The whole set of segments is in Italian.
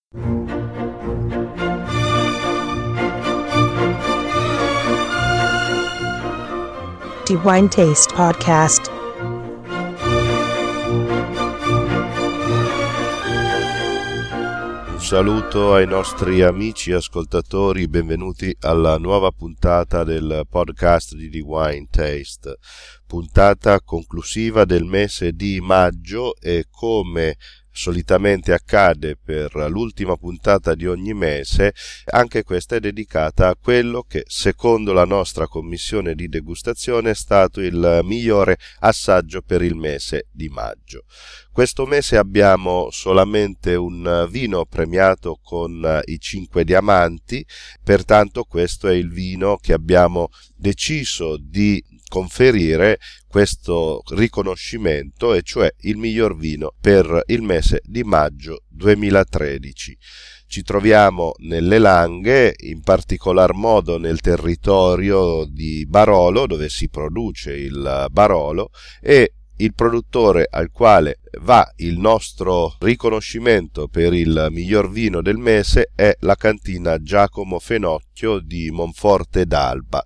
The Wine Taste Podcast. Un saluto ai nostri amici ascoltatori, benvenuti alla nuova puntata del podcast di The Wine Taste, puntata conclusiva del mese di maggio e come solitamente accade per l'ultima puntata di ogni mese, anche questa è dedicata a quello che secondo la nostra commissione di degustazione è stato il migliore assaggio per il mese di maggio. Questo mese abbiamo solamente un vino premiato con i 5 diamanti, pertanto questo è il vino che abbiamo deciso di conferire questo riconoscimento, e cioè il miglior vino per il mese di maggio 2013. Ci troviamo nelle Langhe, in particolar modo nel territorio di Barolo, dove si produce il Barolo, e il produttore al quale va il nostro riconoscimento per il miglior vino del mese è la cantina Giacomo Fenocchio di Monforte d'Alba.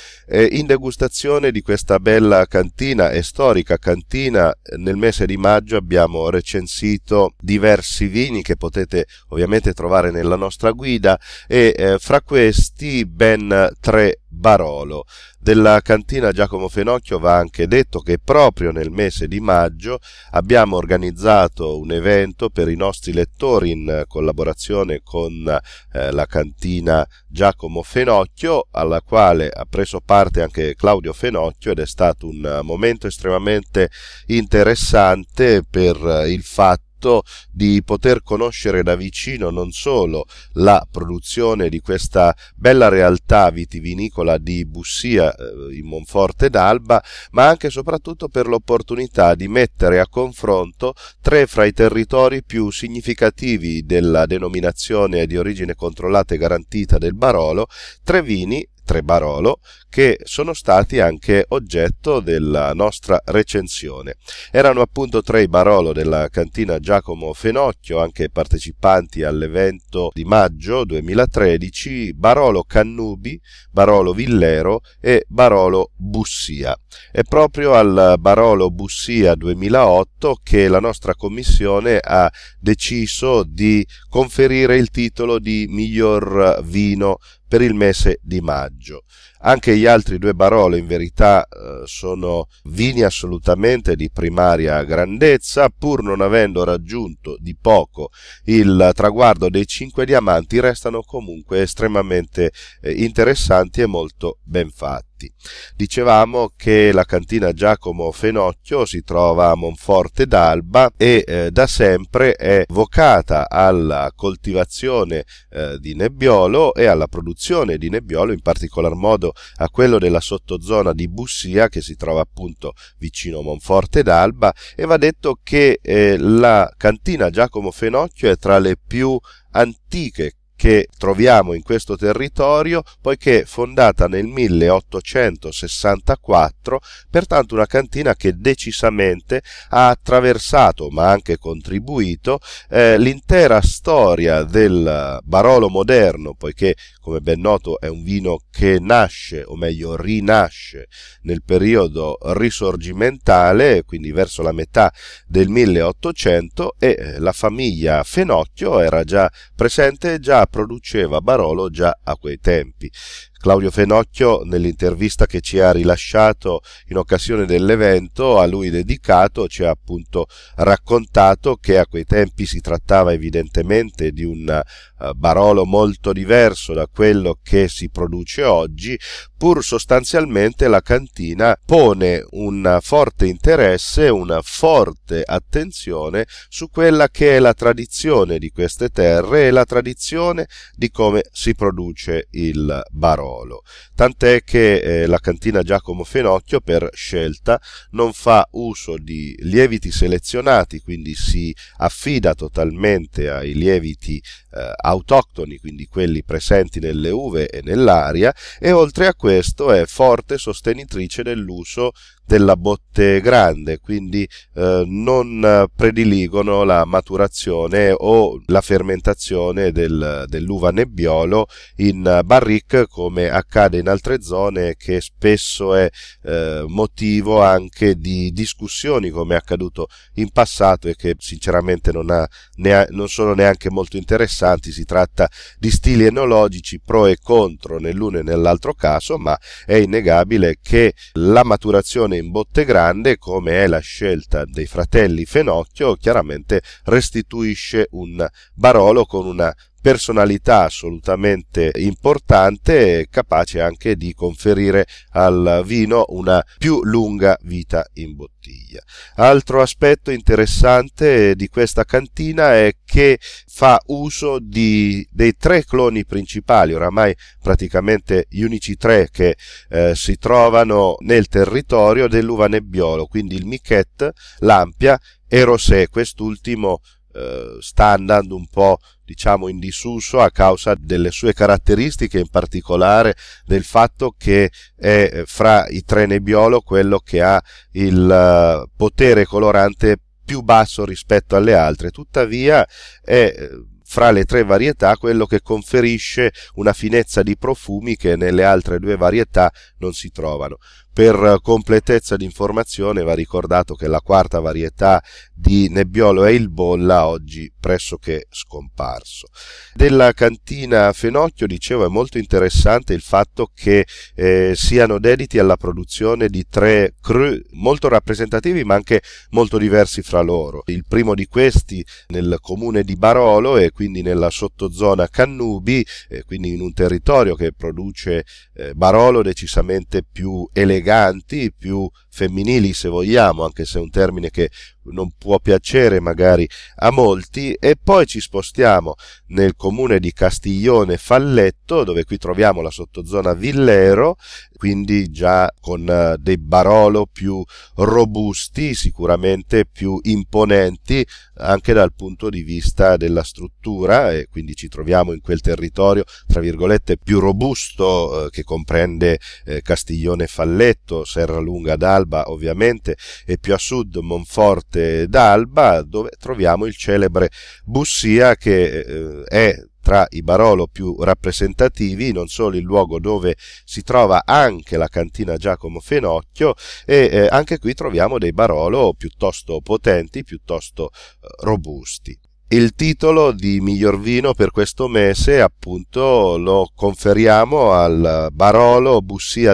In degustazione di questa bella cantina e storica cantina, nel mese di maggio abbiamo recensito diversi vini che potete ovviamente trovare nella nostra guida, e fra questi ben 3 Barolo. Della cantina Giacomo Fenocchio va anche detto che proprio nel mese di maggio abbiamo organizzato un evento per i nostri lettori in collaborazione con la cantina Giacomo Fenocchio, alla quale ha preso parte anche Claudio Fenocchio, ed è stato un momento estremamente interessante per il fatto di poter conoscere da vicino non solo la produzione di questa bella realtà vitivinicola di Bussia in Monforte d'Alba, ma anche e soprattutto per l'opportunità di mettere a confronto 3 fra i territori più significativi della denominazione di origine controllata e garantita del Barolo, 3 vini, 3 Barolo, che sono stati anche oggetto della nostra recensione. Erano appunto 3 i Barolo della cantina Giacomo Fenocchio, anche partecipanti all'evento di maggio 2013, Barolo Cannubi, Barolo Villero e Barolo Bussia. È proprio al Barolo Bussia 2008 che la nostra commissione ha deciso di conferire il titolo di miglior vino per il mese di maggio. Anche gli altri 2 Barolo in verità sono vini assolutamente di primaria grandezza, pur non avendo raggiunto di poco il traguardo dei 5 diamanti, restano comunque estremamente interessanti e molto ben fatti. Dicevamo che la cantina Giacomo Fenocchio si trova a Monforte d'Alba e da sempre è vocata alla coltivazione di Nebbiolo e alla produzione di Nebbiolo, in particolar modo a quello della sottozona di Bussia, che si trova appunto vicino a Monforte d'Alba, e va detto che la cantina Giacomo Fenocchio è tra le più antiche che troviamo in questo territorio, poiché fondata nel 1864, pertanto una cantina che decisamente ha attraversato, ma anche contribuito, l'intera storia del Barolo moderno, poiché come ben noto è un vino che nasce, o meglio rinasce, nel periodo risorgimentale, quindi verso la metà del 1800, e la famiglia Fenocchio era già presente, già produceva Barolo già a quei tempi. Claudio Fenocchio, nell'intervista che ci ha rilasciato in occasione dell'evento a lui dedicato, ci ha appunto raccontato che a quei tempi si trattava evidentemente di un Barolo molto diverso da quello che si produce oggi, pur sostanzialmente la cantina pone un forte interesse, una forte attenzione su quella che è la tradizione di queste terre e la tradizione di come si produce il Barolo. Tant'è che la cantina Giacomo Fenocchio, per scelta, non fa uso di lieviti selezionati, quindi si affida totalmente ai lieviti autoctoni, quindi quelli presenti nelle uve e nell'aria, e oltre a questo è forte sostenitrice dell'uso della botte grande, quindi non prediligono la maturazione o la fermentazione dell'uva Nebbiolo in barrique, come accade in altre zone, che spesso è motivo anche di discussioni, come è accaduto in passato, e che sinceramente non sono neanche molto interessanti. Si tratta di stili enologici pro e contro nell'uno e nell'altro caso, ma è innegabile che la maturazione in botte grande, come è la scelta dei fratelli Fenocchio, chiaramente restituisce un Barolo con una personalità assolutamente importante, capace anche di conferire al vino una più lunga vita in bottiglia. Altro aspetto interessante di questa cantina è che fa uso dei 3 cloni principali, oramai praticamente gli unici 3 che si trovano nel territorio dell'uva Nebbiolo, quindi il Miquette, l'Ampia e Rosé. Quest'ultimo sta andando un po', diciamo, in disuso a causa delle sue caratteristiche, in particolare del fatto che è fra i 3 Nebbiolo quello che ha il potere colorante più basso rispetto alle altre. Tuttavia è fra le 3 varietà quello che conferisce una finezza di profumi che nelle altre 2 varietà non si trovano. Per completezza di informazione va ricordato che la 4ª varietà di Nebbiolo è il Bolla, oggi pressoché scomparso. Della cantina Fenocchio, dicevo, è molto interessante il fatto che siano dediti alla produzione di 3 cru molto rappresentativi, ma anche molto diversi fra loro. Il primo di questi nel comune di Barolo, e quindi nella sottozona Cannubi, quindi in un territorio che produce Barolo decisamente più eleganti, più femminili se vogliamo, anche se è un termine che non può piacere magari a molti. E poi ci spostiamo nel comune di Castiglione Falletto, dove qui troviamo la sottozona Villero, quindi già con dei Barolo più robusti, sicuramente più imponenti anche dal punto di vista della struttura, e quindi ci troviamo in quel territorio tra virgolette più robusto che comprende Castiglione Falletto, Serralunga d'Alba ovviamente, e più a sud Monforte d'Alba, dove troviamo il celebre Bussia, che è tra i Barolo più rappresentativi, non solo il luogo dove si trova anche la cantina Giacomo Fenocchio, e anche qui troviamo dei Barolo piuttosto potenti, piuttosto robusti. Il titolo di miglior vino per questo mese appunto lo conferiamo al Barolo Bussia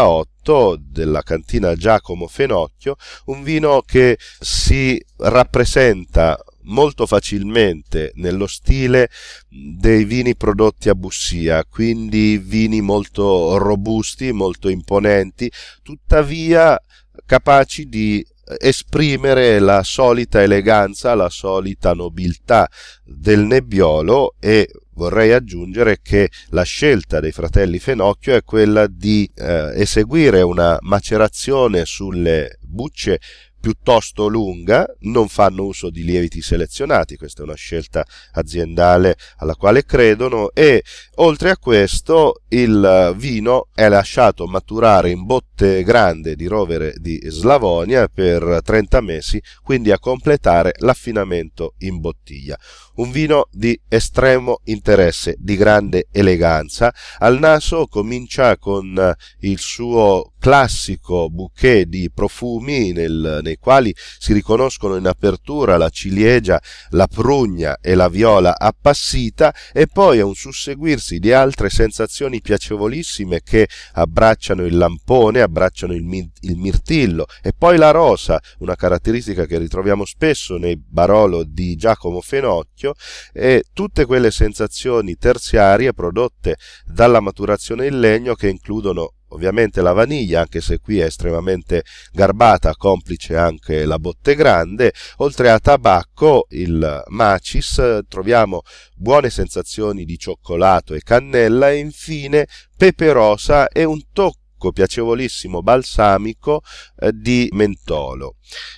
2008 della cantina Giacomo Fenocchio, un vino che si rappresenta molto facilmente nello stile dei vini prodotti a Bussia, quindi vini molto robusti, molto imponenti, tuttavia capaci di esprimere la solita eleganza, la solita nobiltà del Nebbiolo. E vorrei aggiungere che la scelta dei fratelli Fenocchio è quella di eseguire una macerazione sulle bucce piuttosto lunga, non fanno uso di lieviti selezionati, questa è una scelta aziendale alla quale credono, e oltre a questo il vino è lasciato maturare in botte grande di rovere di Slavonia per 30 mesi, quindi a completare l'affinamento in bottiglia. Un vino di estremo interesse, di grande eleganza. Al naso comincia con il suo classico bouquet di profumi nei quali si riconoscono in apertura la ciliegia, la prugna e la viola appassita, e poi è un susseguirsi di altre sensazioni piacevolissime che abbracciano il lampone, abbracciano il mirtillo, e poi la rosa, una caratteristica che ritroviamo spesso nei Barolo di Giacomo Fenocchio, e tutte quelle sensazioni terziarie prodotte dalla maturazione in legno, che includono ovviamente la vaniglia, anche se qui è estremamente garbata, complice anche la botte grande. Oltre a tabacco, il macis, troviamo buone sensazioni di cioccolato e cannella, e infine pepe rosa e un tocco piacevolissimo balsamico di mentolo.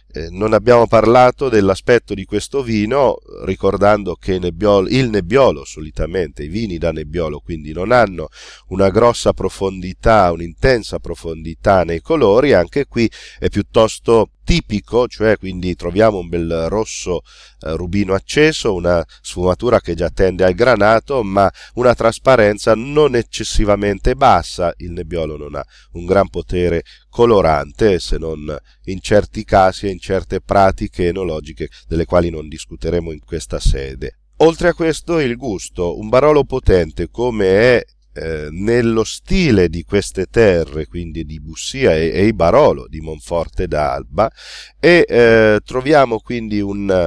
Non abbiamo parlato dell'aspetto di questo vino, ricordando che il Nebbiolo, solitamente i vini da Nebbiolo, quindi non hanno una grossa profondità, un'intensa profondità nei colori. Anche qui è piuttosto tipico, cioè quindi troviamo un bel rosso rubino acceso, una sfumatura che già tende al granato, ma una trasparenza non eccessivamente bassa. Il Nebbiolo non ha un gran potere colorante, se non in certi casi e in certe pratiche enologiche delle quali non discuteremo in questa sede. Oltre a questo, il gusto, un Barolo potente come è nello stile di queste terre, quindi di Bussia e i Barolo di Monforte d'Alba, e troviamo quindi un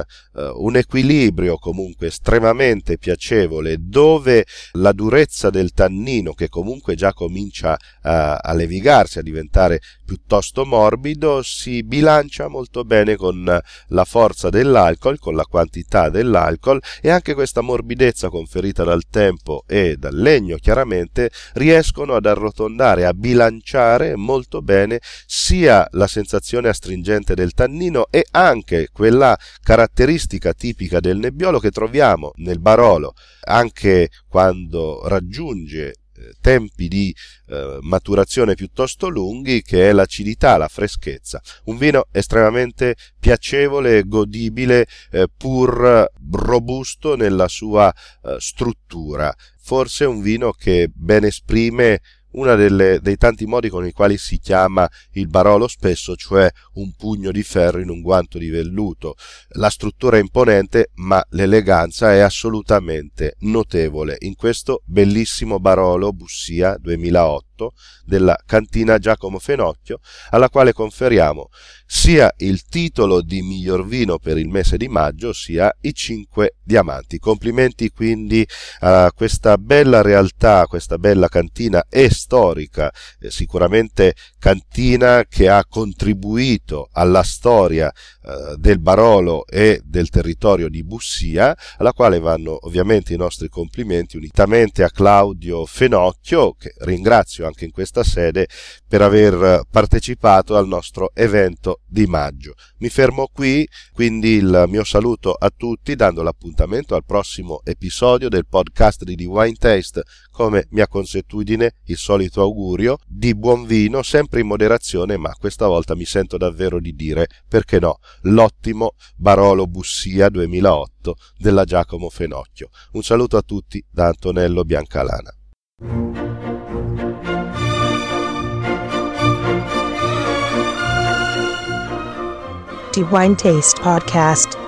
equilibrio comunque estremamente piacevole, dove la durezza del tannino, che comunque già comincia a levigarsi, a diventare piuttosto morbido, si bilancia molto bene con la forza dell'alcol, con la quantità dell'alcol, e anche questa morbidezza conferita dal tempo e dal legno chiaramente riescono ad arrotondare, a bilanciare molto bene sia la sensazione astringente del tannino e anche quella caratteristica tipica del Nebbiolo che troviamo nel Barolo anche quando raggiunge tempi di maturazione piuttosto lunghi, che è l'acidità, la freschezza. Un vino estremamente piacevole, godibile, pur robusto nella sua struttura. Forse un vino che ben esprime una dei tanti modi con i quali si chiama il Barolo spesso, cioè un pugno di ferro in un guanto di velluto. La struttura è imponente, ma l'eleganza è assolutamente notevole in questo bellissimo Barolo Bussia 2008 della cantina Giacomo Fenocchio, alla quale conferiamo sia il titolo di miglior vino per il mese di maggio, sia i 5 diamanti. Complimenti quindi a questa bella realtà, questa bella cantina e storica, sicuramente cantina che ha contribuito alla storia del Barolo e del territorio di Bussia, alla quale vanno ovviamente i nostri complimenti, unitamente a Claudio Fenocchio, che ringrazio anche in questa sede per aver partecipato al nostro evento di maggio. Mi fermo qui, quindi il mio saluto a tutti, dando l'appuntamento al prossimo episodio del podcast di The Wine Taste. Come mia consuetudine, il solito augurio di buon vino, sempre in moderazione, ma questa volta mi sento davvero di dire, perché no, l'ottimo Barolo Bussia 2008 della Giacomo Fenocchio. Un saluto a tutti da Antonello Biancalana. The Wine Taste Podcast.